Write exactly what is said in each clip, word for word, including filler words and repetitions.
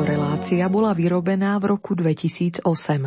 Táto relácia bola vyrobená v roku dvetisícosem.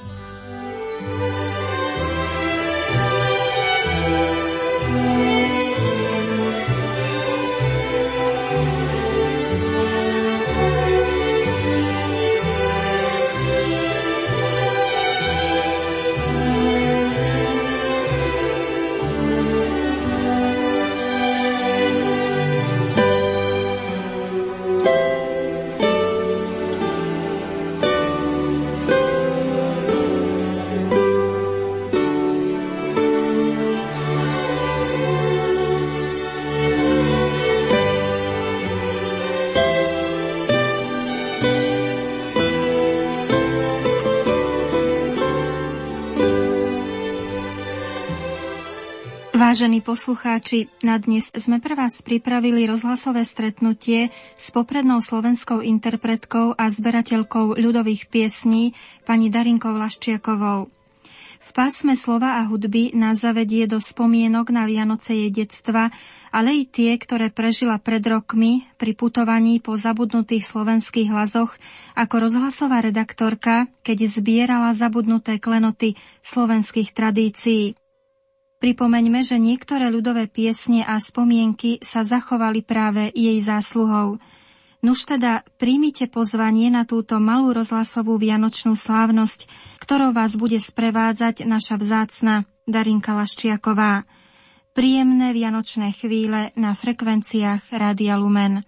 Vážení poslucháči, na dnes sme pre vás pripravili rozhlasové stretnutie s poprednou slovenskou interpretkou a zberateľkou ľudových piesní pani Darinkou Laščiakovou. V pásme slova a hudby nás zavedie do spomienok na Vianoce jej detstva, ale i tie, ktoré prežila pred rokmi pri putovaní po zabudnutých slovenských hlasoch ako rozhlasová redaktorka, keď zbierala zabudnuté klenoty slovenských tradícií. Pripomeňme, že niektoré ľudové piesne a spomienky sa zachovali práve jej zásluhou. Nuž teda príjmite pozvanie na túto malú rozhlasovú vianočnú slávnosť, ktorou vás bude sprevádzať naša vzácna Darinka Laščiaková. Príjemné vianočné chvíle na frekvenciách Rádia Lumen.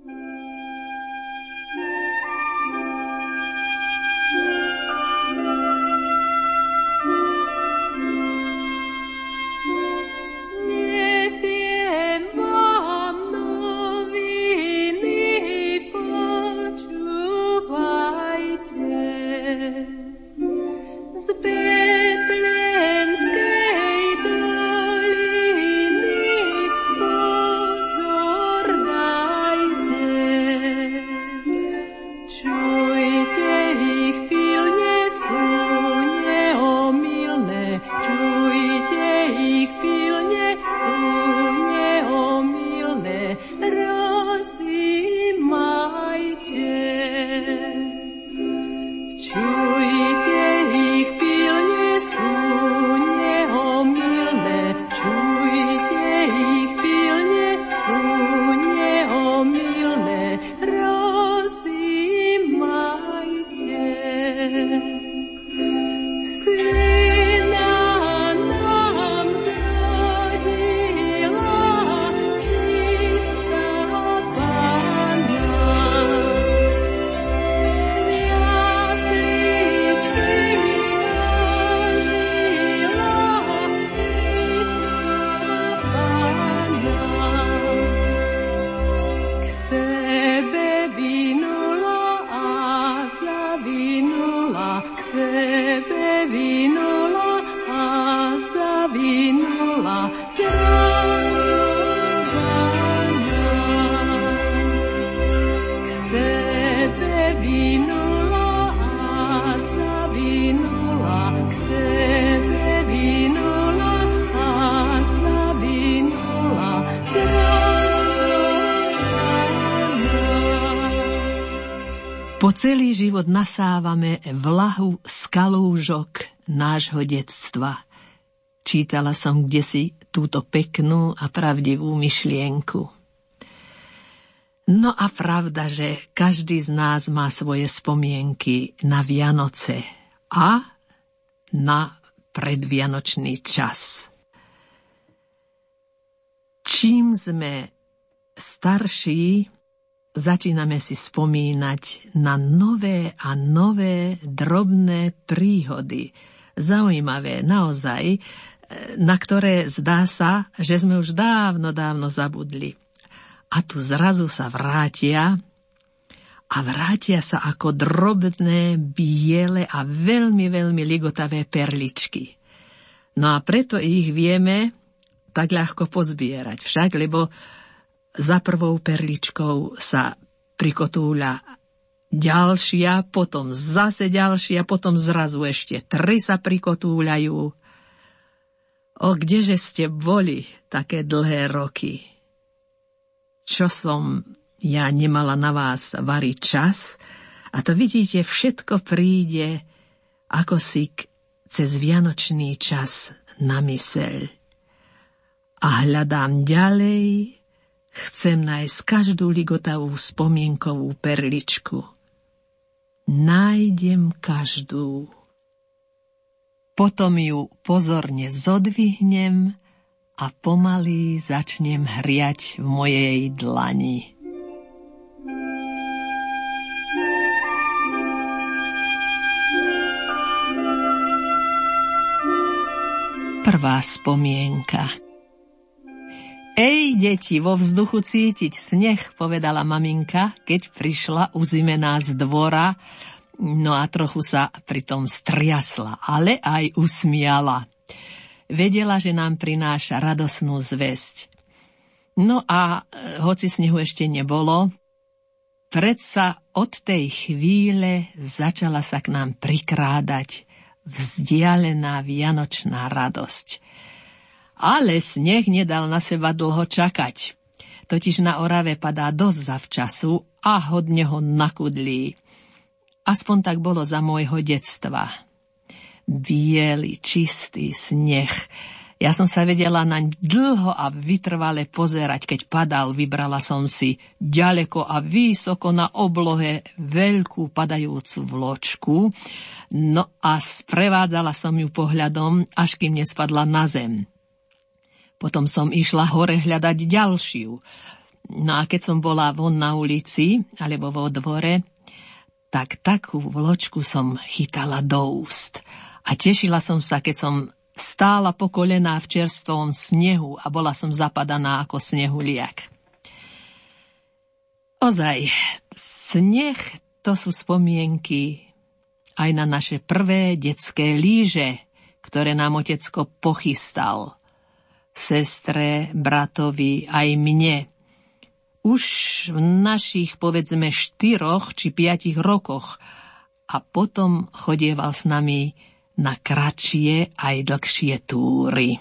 Po celý život nasávame vlahu z kalúžok nášho detstva. Čítala som kdesi túto peknú a pravdivú myšlienku. No a pravda, že každý z nás má svoje spomienky na Vianoce a na predvianočný čas. Čím sme starší, začíname si spomínať na nové a nové drobné príhody. Zaujímavé, naozaj, na ktoré zdá sa, že sme už dávno, dávno zabudli. A tu zrazu sa vrátia a vrátia sa ako drobné, biele a veľmi, veľmi ligotavé perličky. No a preto ich vieme tak ľahko pozbierať však, lebo za prvou perličkou sa prikotúľa ďalšia, potom zase ďalšia, potom zrazu ešte tri sa prikotúľajú. O kdeže ste boli také dlhé roky? Čo som ja nemala na vás variť čas A to vidíte, všetko príde ako si cez vianočný čas na myseľ. A hľadám ďalej, chcem nájsť každú ligotavú spomienkovú perličku. Nájdem každú. Potom ju pozorne zodvihnem a pomaly začnem hriať v mojej dlani. Prvá spomienka. Ej, deti, vo vzduchu cítiť sneh, povedala maminka, keď prišla uzimená z dvora, no a trochu sa pritom striasla, ale aj usmiala. Vedela, že nám prináša radosnú zvesť. No a hoci snehu ešte nebolo, predsa od tej chvíle začala sa k nám prikrádať vzdialená vianočná radosť. Ale sneh nedal na seba dlho čakať. Totiž na Orave padá dosť zavčasu a hodne ho nakudlí. Aspoň tak bolo za môjho detstva. Biely, čistý sneh. Ja som sa vedela naň dlho a vytrvale pozerať, keď padal. Vybrala som si ďaleko a vysoko na oblohe veľkú padajúcu vločku. No a sprevádzala som ju pohľadom, až kým nespadla na zem. Potom som išla hore hľadať ďalšiu. No a keď som bola von na ulici, alebo vo dvore, tak takú vločku som chytala do úst. A tešila som sa, keď som stála po kolená v čerstvom snehu a bola som zapadaná ako snehuliak. Ozaj, sneh to sú spomienky aj na naše prvé detské lyže, ktoré nám otecko pochystal. Sestre, bratovi, aj mne. Už v našich, povedzme, štyroch či piatich rokoch. A potom chodieval s nami na kratšie aj dlhšie túry.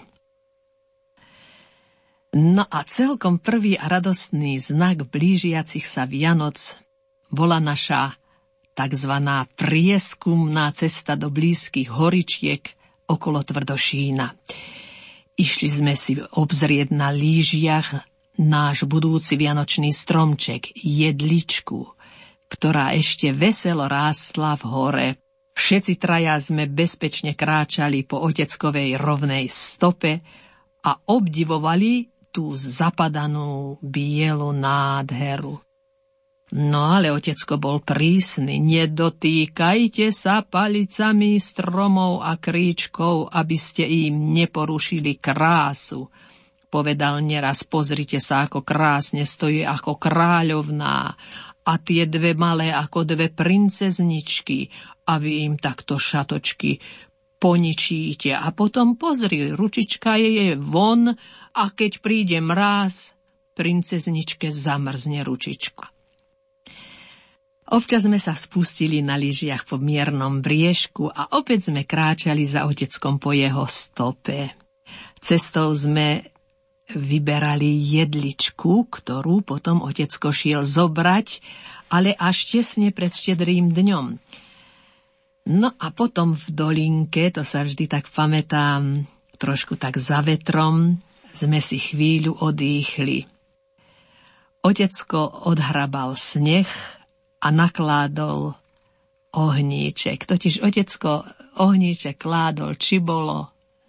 No a celkom prvý a radostný znak blížiacich sa Vianoc bola naša takzvaná prieskumná cesta do blízkych horičiek okolo Tvrdošína. Išli sme si obzrieť na lyžiach náš budúci vianočný stromček, jedličku, ktorá ešte veselo rástla v hore. Všetci traja sme bezpečne kráčali po oteckovej rovnej stope a obdivovali tú zapadanú bielu nádheru. No ale otecko bol prísny. Nedotýkajte sa palicami stromov a kríčkov, aby ste im neporušili krásu. Povedal neraz, pozrite sa, ako krásne stojí ako kráľovná a tie dve malé ako dve princezničky a vy im takto šatočky poničíte. A potom pozri, ručička je von a keď príde mráz, princezničke zamrzne ručička. Občas sme sa spustili na lyžiach po miernom briežku a opäť sme kráčali za oteckom po jeho stope. Cestou sme vyberali jedličku, ktorú potom otecko šiel zobrať, ale až tesne pred štedrým dňom. No a potom v dolinke, to sa vždy tak pamätám, trošku tak za vetrom, sme si chvíľu odýchli. Otecko odhrabal sneh a nakládol ohníček. Totiž otecko ohníček kládol, či bolo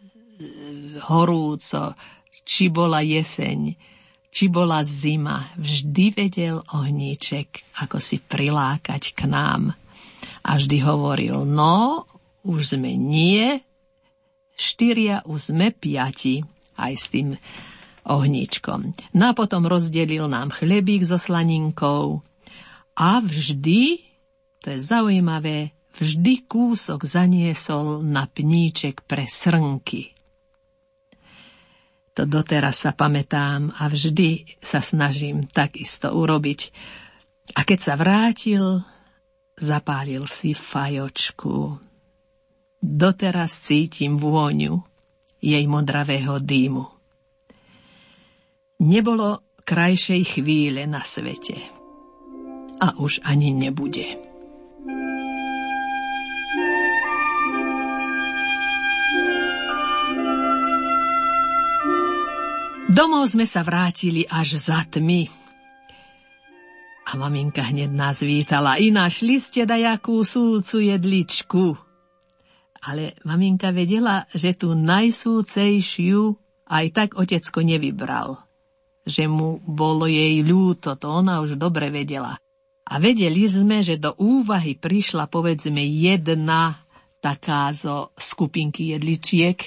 horúco, či bola jeseň, či bola zima. Vždy vedel ohníček, ako si prilákať k nám. A vždy hovoril, no, už sme nie, štyria, už sme piati, aj s tým ohníčkom. No a potom rozdelil nám chlebík so slaninkou. A vždy, to je zaujímavé, vždy kúsok zaniesol na pníček pre srnky. To doteraz sa pamätám a vždy sa snažím takisto urobiť. A keď sa vrátil, zapálil si fajočku. Doteraz cítim vôňu jej modravého dýmu. Nebolo krajšej chvíle na svete. A už ani nebude. Domov sme sa vrátili až za tmy. A maminka hneď nás vítala. I našli ste dajakú súcu jedličku. Ale maminka vedela, že tú najsúcejšiu aj tak otecko nevybral. Že mu bolo jej ľúto, to ona už dobre vedela. A vedeli sme, že do úvahy prišla povedzme jedna taká zo skupinky jedličiek,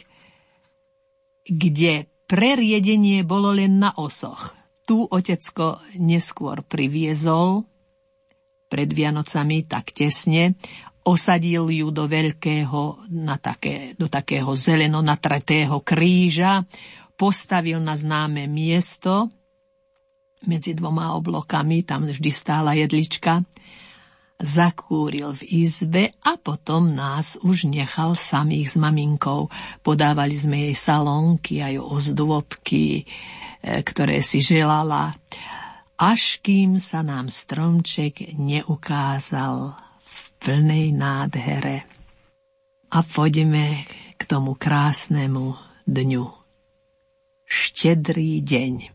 kde preriedenie bolo len na osoch. Tu otecko neskôr priviezol pred Vianocami tak tesne, osadil ju do veľkého, na také, do takého zeleno natretého kríža, postavil na známe miesto medzi dvoma oblokami, tam vždy stála jedlička, zakúril v izbe a potom nás už nechal samých s maminkou. Podávali sme jej salónky aj ozdôbky, ktoré si želala, až kým sa nám stromček neukázal v plnej nádhere. A poďme k tomu krásnemu dňu. Štedrý deň.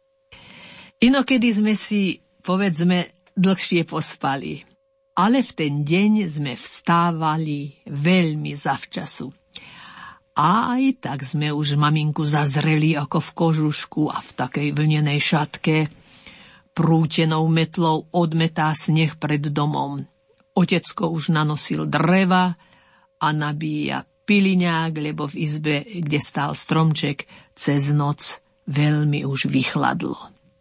Inokedy sme si, povedzme, dlhšie pospali. Ale v ten deň sme vstávali veľmi zavčasu. A aj tak sme už maminku zazreli ako v kožušku a v takej vlnenej šatke. Prútenou metlou odmetá sneh pred domom. Otecko už nanosil dreva a nabíja piliňák, lebo v izbe, kde stál stromček, cez noc veľmi už vychladlo.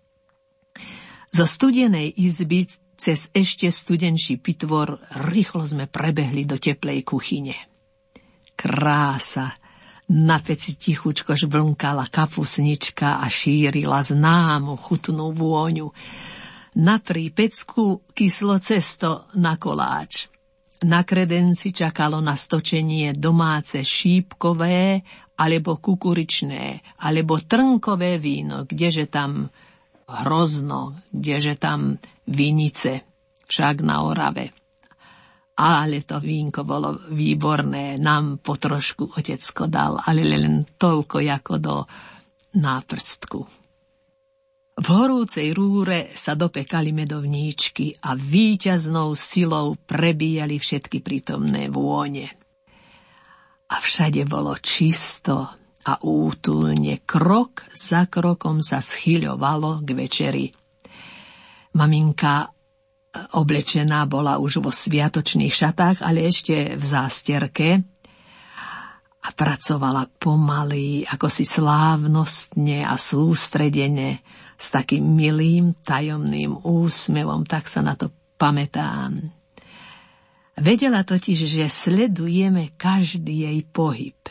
Zo studenej izby cez ešte studenší pitvor rýchlo sme prebehli do teplej kuchyne. Krása! Na peci tichučko žblnkala kapusnička a šírila známu chutnú vôňu. Na prípecku kyslo cesto na koláč. Na kredenci čakalo na stočenie domáce šípkové alebo kukuričné alebo trnkové víno, kdeže tam hrozno, kdeže tam vinice, však na Orave. Ale to vínko bolo výborné, nám po trošku otecko dal, ale len toľko ako do náprstku. V horúcej rúre sa dopekali medovníčky a víťaznou silou prebíjali všetky prítomné vône. A všade bolo čisto a útulne, krok za krokom sa schyľovalo k večeri. Maminka oblečená bola už vo sviatočných šatách, ale ešte v zásterke a pracovala pomaly, ako si slávnostne a sústredene, s takým milým, tajomným úsmevom, tak sa na to pamätám. Vedela totiž, že sledujeme každý jej pohyb.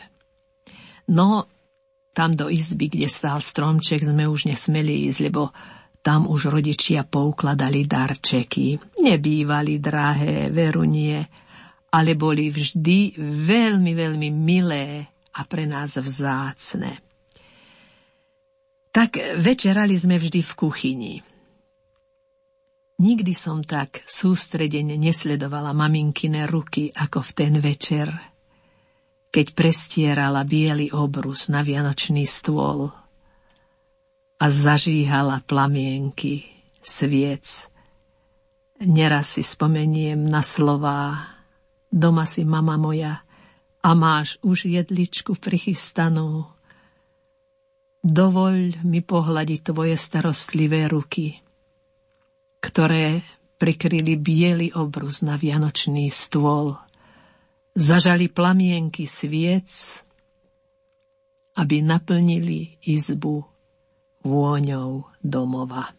No, tam do izby, kde stál stromček, sme už nesmeli ísť, lebo tam už rodičia poukladali darčeky. Nebývali drahé, veru nie, ale boli vždy veľmi, veľmi milé a pre nás vzácne. Tak večerali sme vždy v kuchyni. Nikdy som tak sústredene nesledovala maminkine ruky ako v ten večer, keď prestierala biely obrus na vianočný stôl a zažíhala plamienky sviec. Neraz si spomeniem na slová: doma si, mama moja, a máš už jedličku prichystanú. Dovoľ mi pohľadiť tvoje starostlivé ruky, ktoré prikryli biely obrus na vianočný stôl. Zažali plamienky sviec, aby naplnili izbu vôňou domova.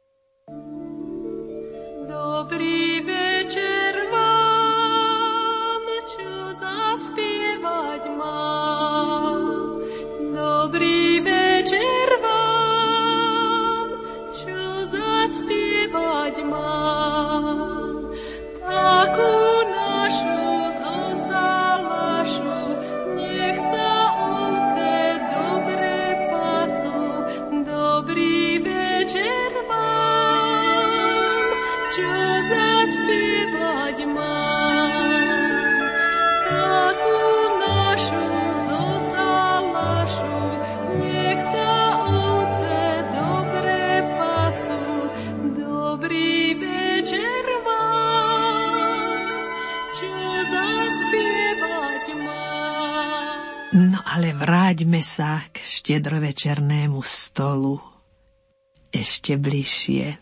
Dobrý večer vám, čo zaspievať mám. Dobrý večer vám, čo zaspievať mám. Takú našu zosalašu, nech sa ovce dobre pasú. Dobrý večer vám, čo zaspievať mám. Takú našu zosalašu, nech sa ovce dobre pasú. Dobrý večer vám, čo zaspievať mám. No ale vráťme sa k štedrovečernému stolu ešte bližšie.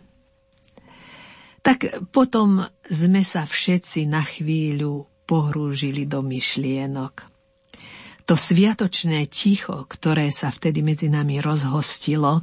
Tak potom sme sa všetci na chvíľu pohrúžili do myšlienok. To sviatočné ticho, ktoré sa vtedy medzi nami rozhostilo,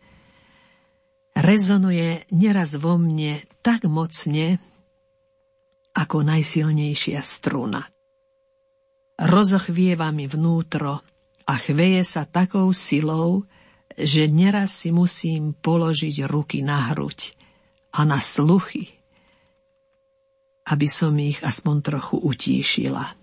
rezonuje neraz vo mne tak mocne, ako najsilnejšia struna. Rozochvieva mi vnútro a chveje sa takou silou, že neraz si musím položiť ruky na hruď a na sluchy, aby som ich aspoň trochu utíšila.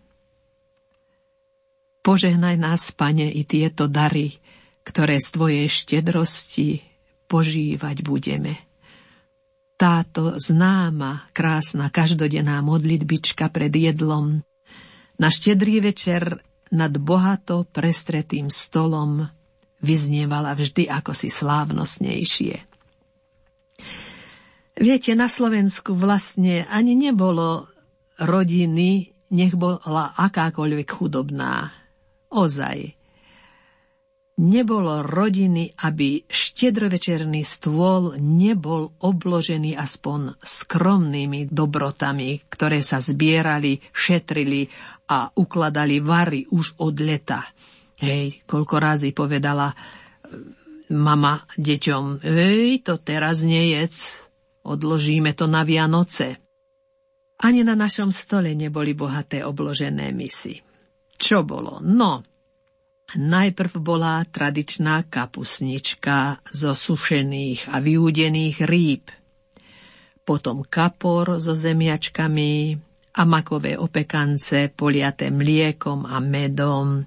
Požehnaj nás, Pane, i tieto dary, ktoré z Tvojej štedrosti požívať budeme. Táto známa, krásna, každodenná modlitbička pred jedlom na štedrý večer nad bohato prestretým stolom vyznievala vždy ako si slávnostnejšie. Viete, na Slovensku vlastne ani nebolo rodiny, nech bola akákoľvek chudobná. Ozaj. Nebolo rodiny, aby štedrovečerný stôl nebol obložený aspoň skromnými dobrotami, ktoré sa zbierali, šetrili a ukladali vary už od leta. Hej, koľko razy povedala mama deťom, hej, to teraz nejedz, odložíme to na Vianoce. Ani na našom stole neboli bohaté obložené misy. Čo bolo? No, najprv bola tradičná kapusnička zo sušených a vyúdených rýb. Potom kapor so zemiačkami a makové opekance poliaté mliekom a medom.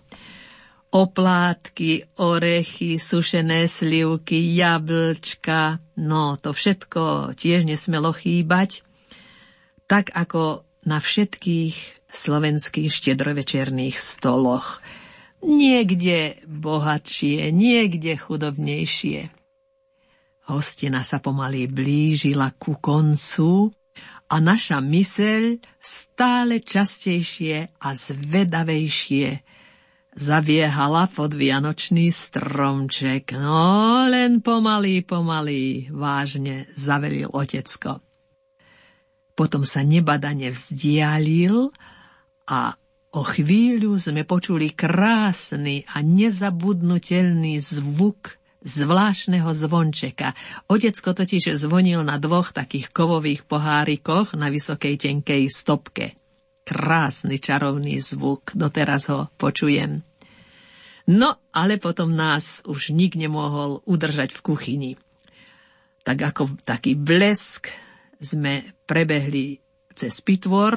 Oplátky, orechy, sušené slivky, jablčka. No, to všetko tiež nesmelo chýbať. Tak ako na všetkých slovenských štedrovečerných stoloch. Niekde bohatšie, niekde chudobnejšie. Hostina sa pomaly blížila ku koncu a naša myseľ stále častejšie a zvedavejšie zaviehala pod vianočný stromček. No, len pomaly, pomaly, vážne zavelil otecko. Potom sa nebadane vzdialil a o chvíľu sme počuli krásny a nezabudnutelný zvuk zvláštneho zvončeka. Otecko totiž zvonil na dvoch takých kovových pohárikoch na vysokej tenkej stopke. Krásny čarovný zvuk, doteraz ho počujem. No, ale potom nás už nik nemohol udržať v kuchyni. Tak ako taký blesk sme prebehli cez pitvor,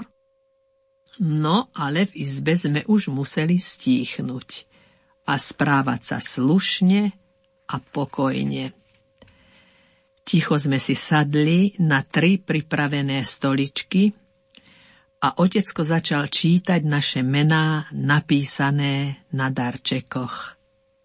no ale v izbe sme už museli stíchnuť a správať sa slušne a pokojne. Ticho sme si sadli na tri pripravené stoličky a otecko začal čítať naše mená napísané na darčekoch.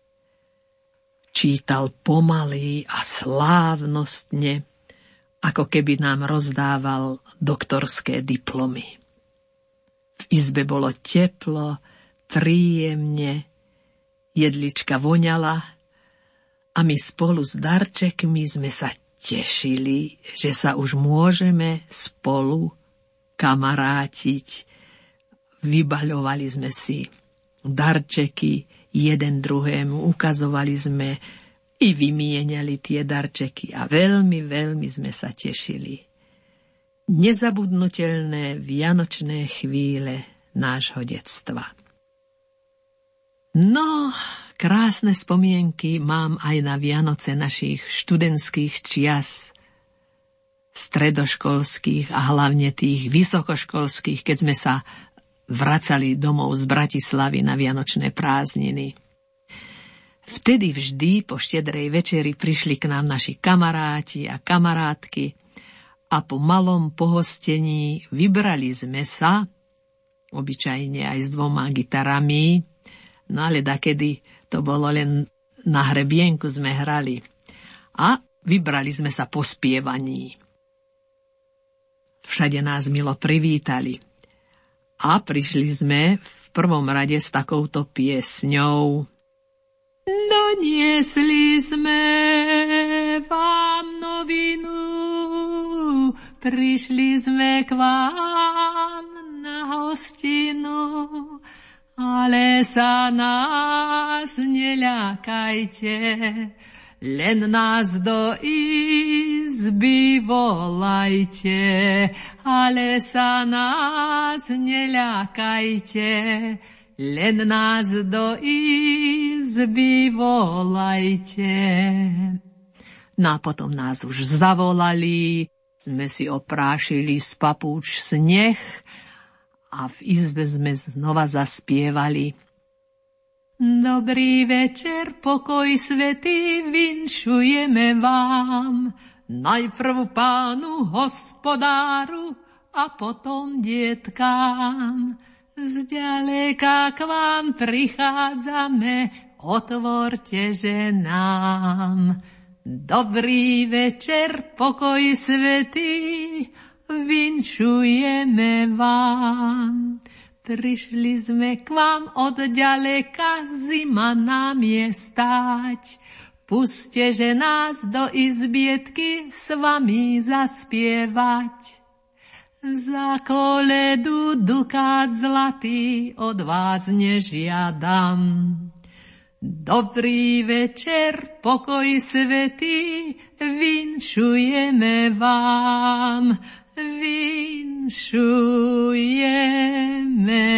Čítal pomaly a slávnostne, ako keby nám rozdával doktorské diplomy. V izbe bolo teplo, príjemne, jedlička voňala a my spolu s darčekmi sme sa tešili, že sa už môžeme spolu kamarátiť. Vybaľovali sme si darčeky jeden druhému, ukazovali sme i vymieniali tie darčeky a veľmi, veľmi sme sa tešili. Nezabudnutelné vianočné chvíle nášho detstva. No, krásne spomienky mám aj na Vianoce našich študentských čias, stredoškolských a hlavne tých vysokoškolských, keď sme sa vracali domov z Bratislavy na vianočné prázdniny. Vtedy vždy po štedrej večeri prišli k nám naši kamaráti a kamarátky a po malom pohostení vybrali sme sa, obyčajne aj s dvoma gitarami, no ale dakedy to bolo len na hrebienku sme hrali. A vybrali sme sa po spievaní. Všade nás milo privítali. A prišli sme v prvom rade s takouto piesňou. Doniesli sme vám novinu, prišli sme k vám na hostinu, ale sa nás neľakajte, len nás do izby volajte, ale sa nás neľakajte, len nás do izby volajte. No a potom nás už zavolali, sme si oprášili z papúč sneh a v izbe sme znova zaspievali. Dobrý večer, pokoj svätý, vinšujeme vám. Najprv pánu hospodáru a potom dietkám. Zďaleka k vám prichádzame, otvorte, že nám. Dobrý večer, pokoj svätý, vinšujeme vám. Prišli sme k vám od ďaleka, zima nám je stáť. Puste, že nás do izbietky s vami zaspievať. Za koledu dukát zlatý od vás nežiadam. Dobrý večer, pokoj svätý, vinšujeme vám. Vinšujeme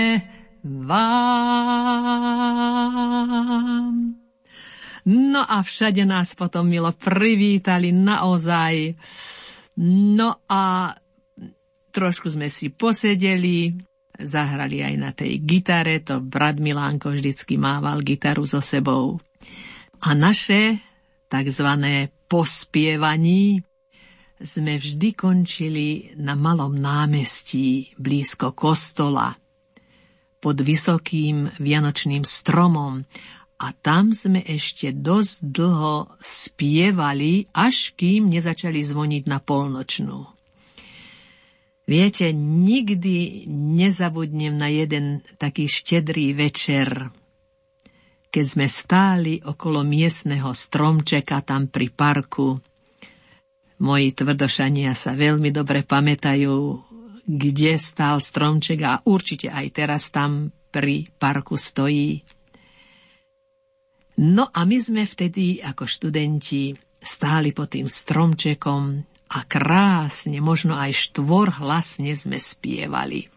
vám. No a všade nás potom milo privítali naozaj. No a trošku sme si posedeli, zahrali aj na tej gitare, to brat Milánko vždycky mával gitaru so sebou. A naše takzvané pospievaní sme vždy končili na malom námestí blízko kostola pod vysokým vianočným stromom a tam sme ešte dosť dlho spievali, až kým nezačali zvoniť na polnočnú. Viete, nikdy nezabudnem na jeden taký štedrý večer, keď sme stáli okolo miestneho stromčeka tam pri parku. Moji tvrdošania sa veľmi dobre pamätajú, kde stál stromček a určite aj teraz tam pri parku stojí. No a my sme vtedy ako študenti stáli pod tým stromčekom a krásne, možno aj štvorhlasne sme spievali.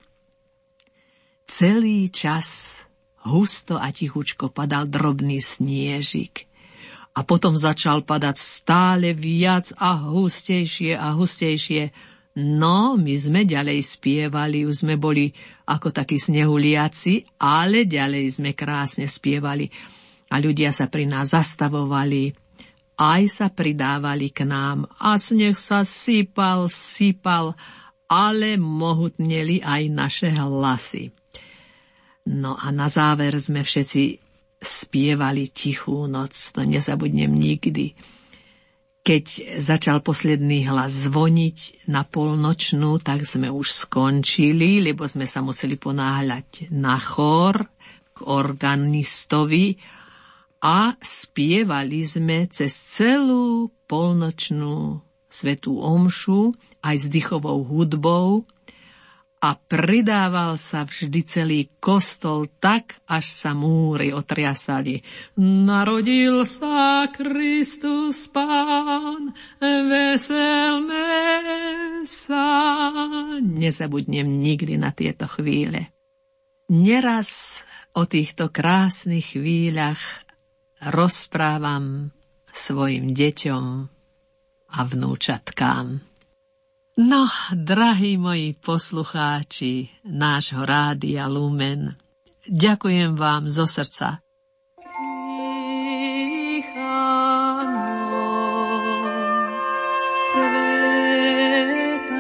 Celý čas husto a tichučko padal drobný sniežik. A potom začal padať stále viac a hustejšie a hustejšie. No, my sme ďalej spievali, už sme boli ako takí snehuliaci, ale ďalej sme krásne spievali. A ľudia sa pri nás zastavovali, aj sa pridávali k nám. A sneh sa sypal, sypal, ale mohutneli aj naše hlasy. No a na záver sme všetci spievali Tichú noc, to nezabudnem nikdy. Keď začal posledný hlas zvoniť na polnočnú, tak sme už skončili, lebo sme sa museli ponáhľať na chór k organistovi a spievali sme cez celú polnočnú svätú omšu aj s dýchovou hudbou a pridával sa vždy celý kostol tak, až sa múry otriasali. Narodil sa Kristus Pán, veselme sa. Nezabudnem nikdy na tieto chvíle. Neraz o týchto krásnych chvíľach rozprávam svojim deťom a vnúčatkám. No, drahí moji poslucháči nášho Rádia Lumen, ďakujem vám zo srdca. Tichá noc, sveta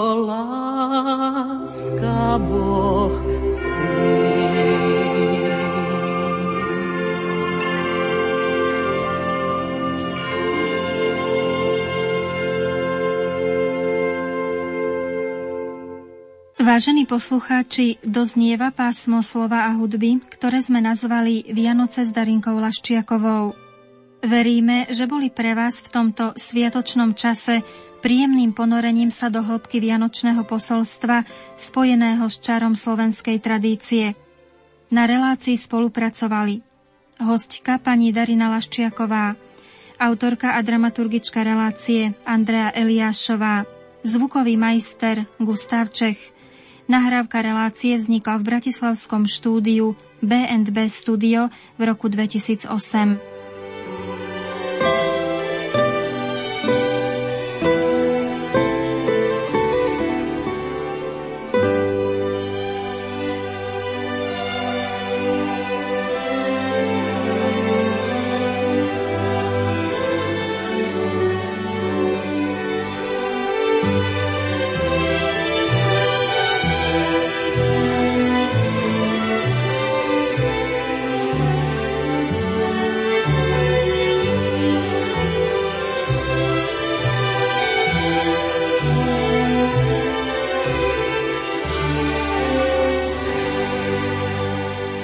láska Boh syn. Vážení poslucháči, doznieva pásmo slova a hudby, ktoré sme nazvali Vianoce s Darinkou Laščiakovou. Veríme, že boli pre vás v tomto sviatočnom čase príjemným ponorením sa do hĺbky vianočného posolstva spojeného s čarom slovenskej tradície. Na relácii spolupracovali hostka pani Darina Laščiaková, autorka a dramaturgička relácie Andrea Eliášová, zvukový majster Gustav Čech. Nahrávka relácie vznikla v bratislavskom štúdiu bé and bé Studio v roku dvetisícosem.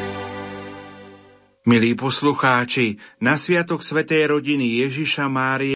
Milí poslucháči, na sviatok svätej rodiny Ježiša Márie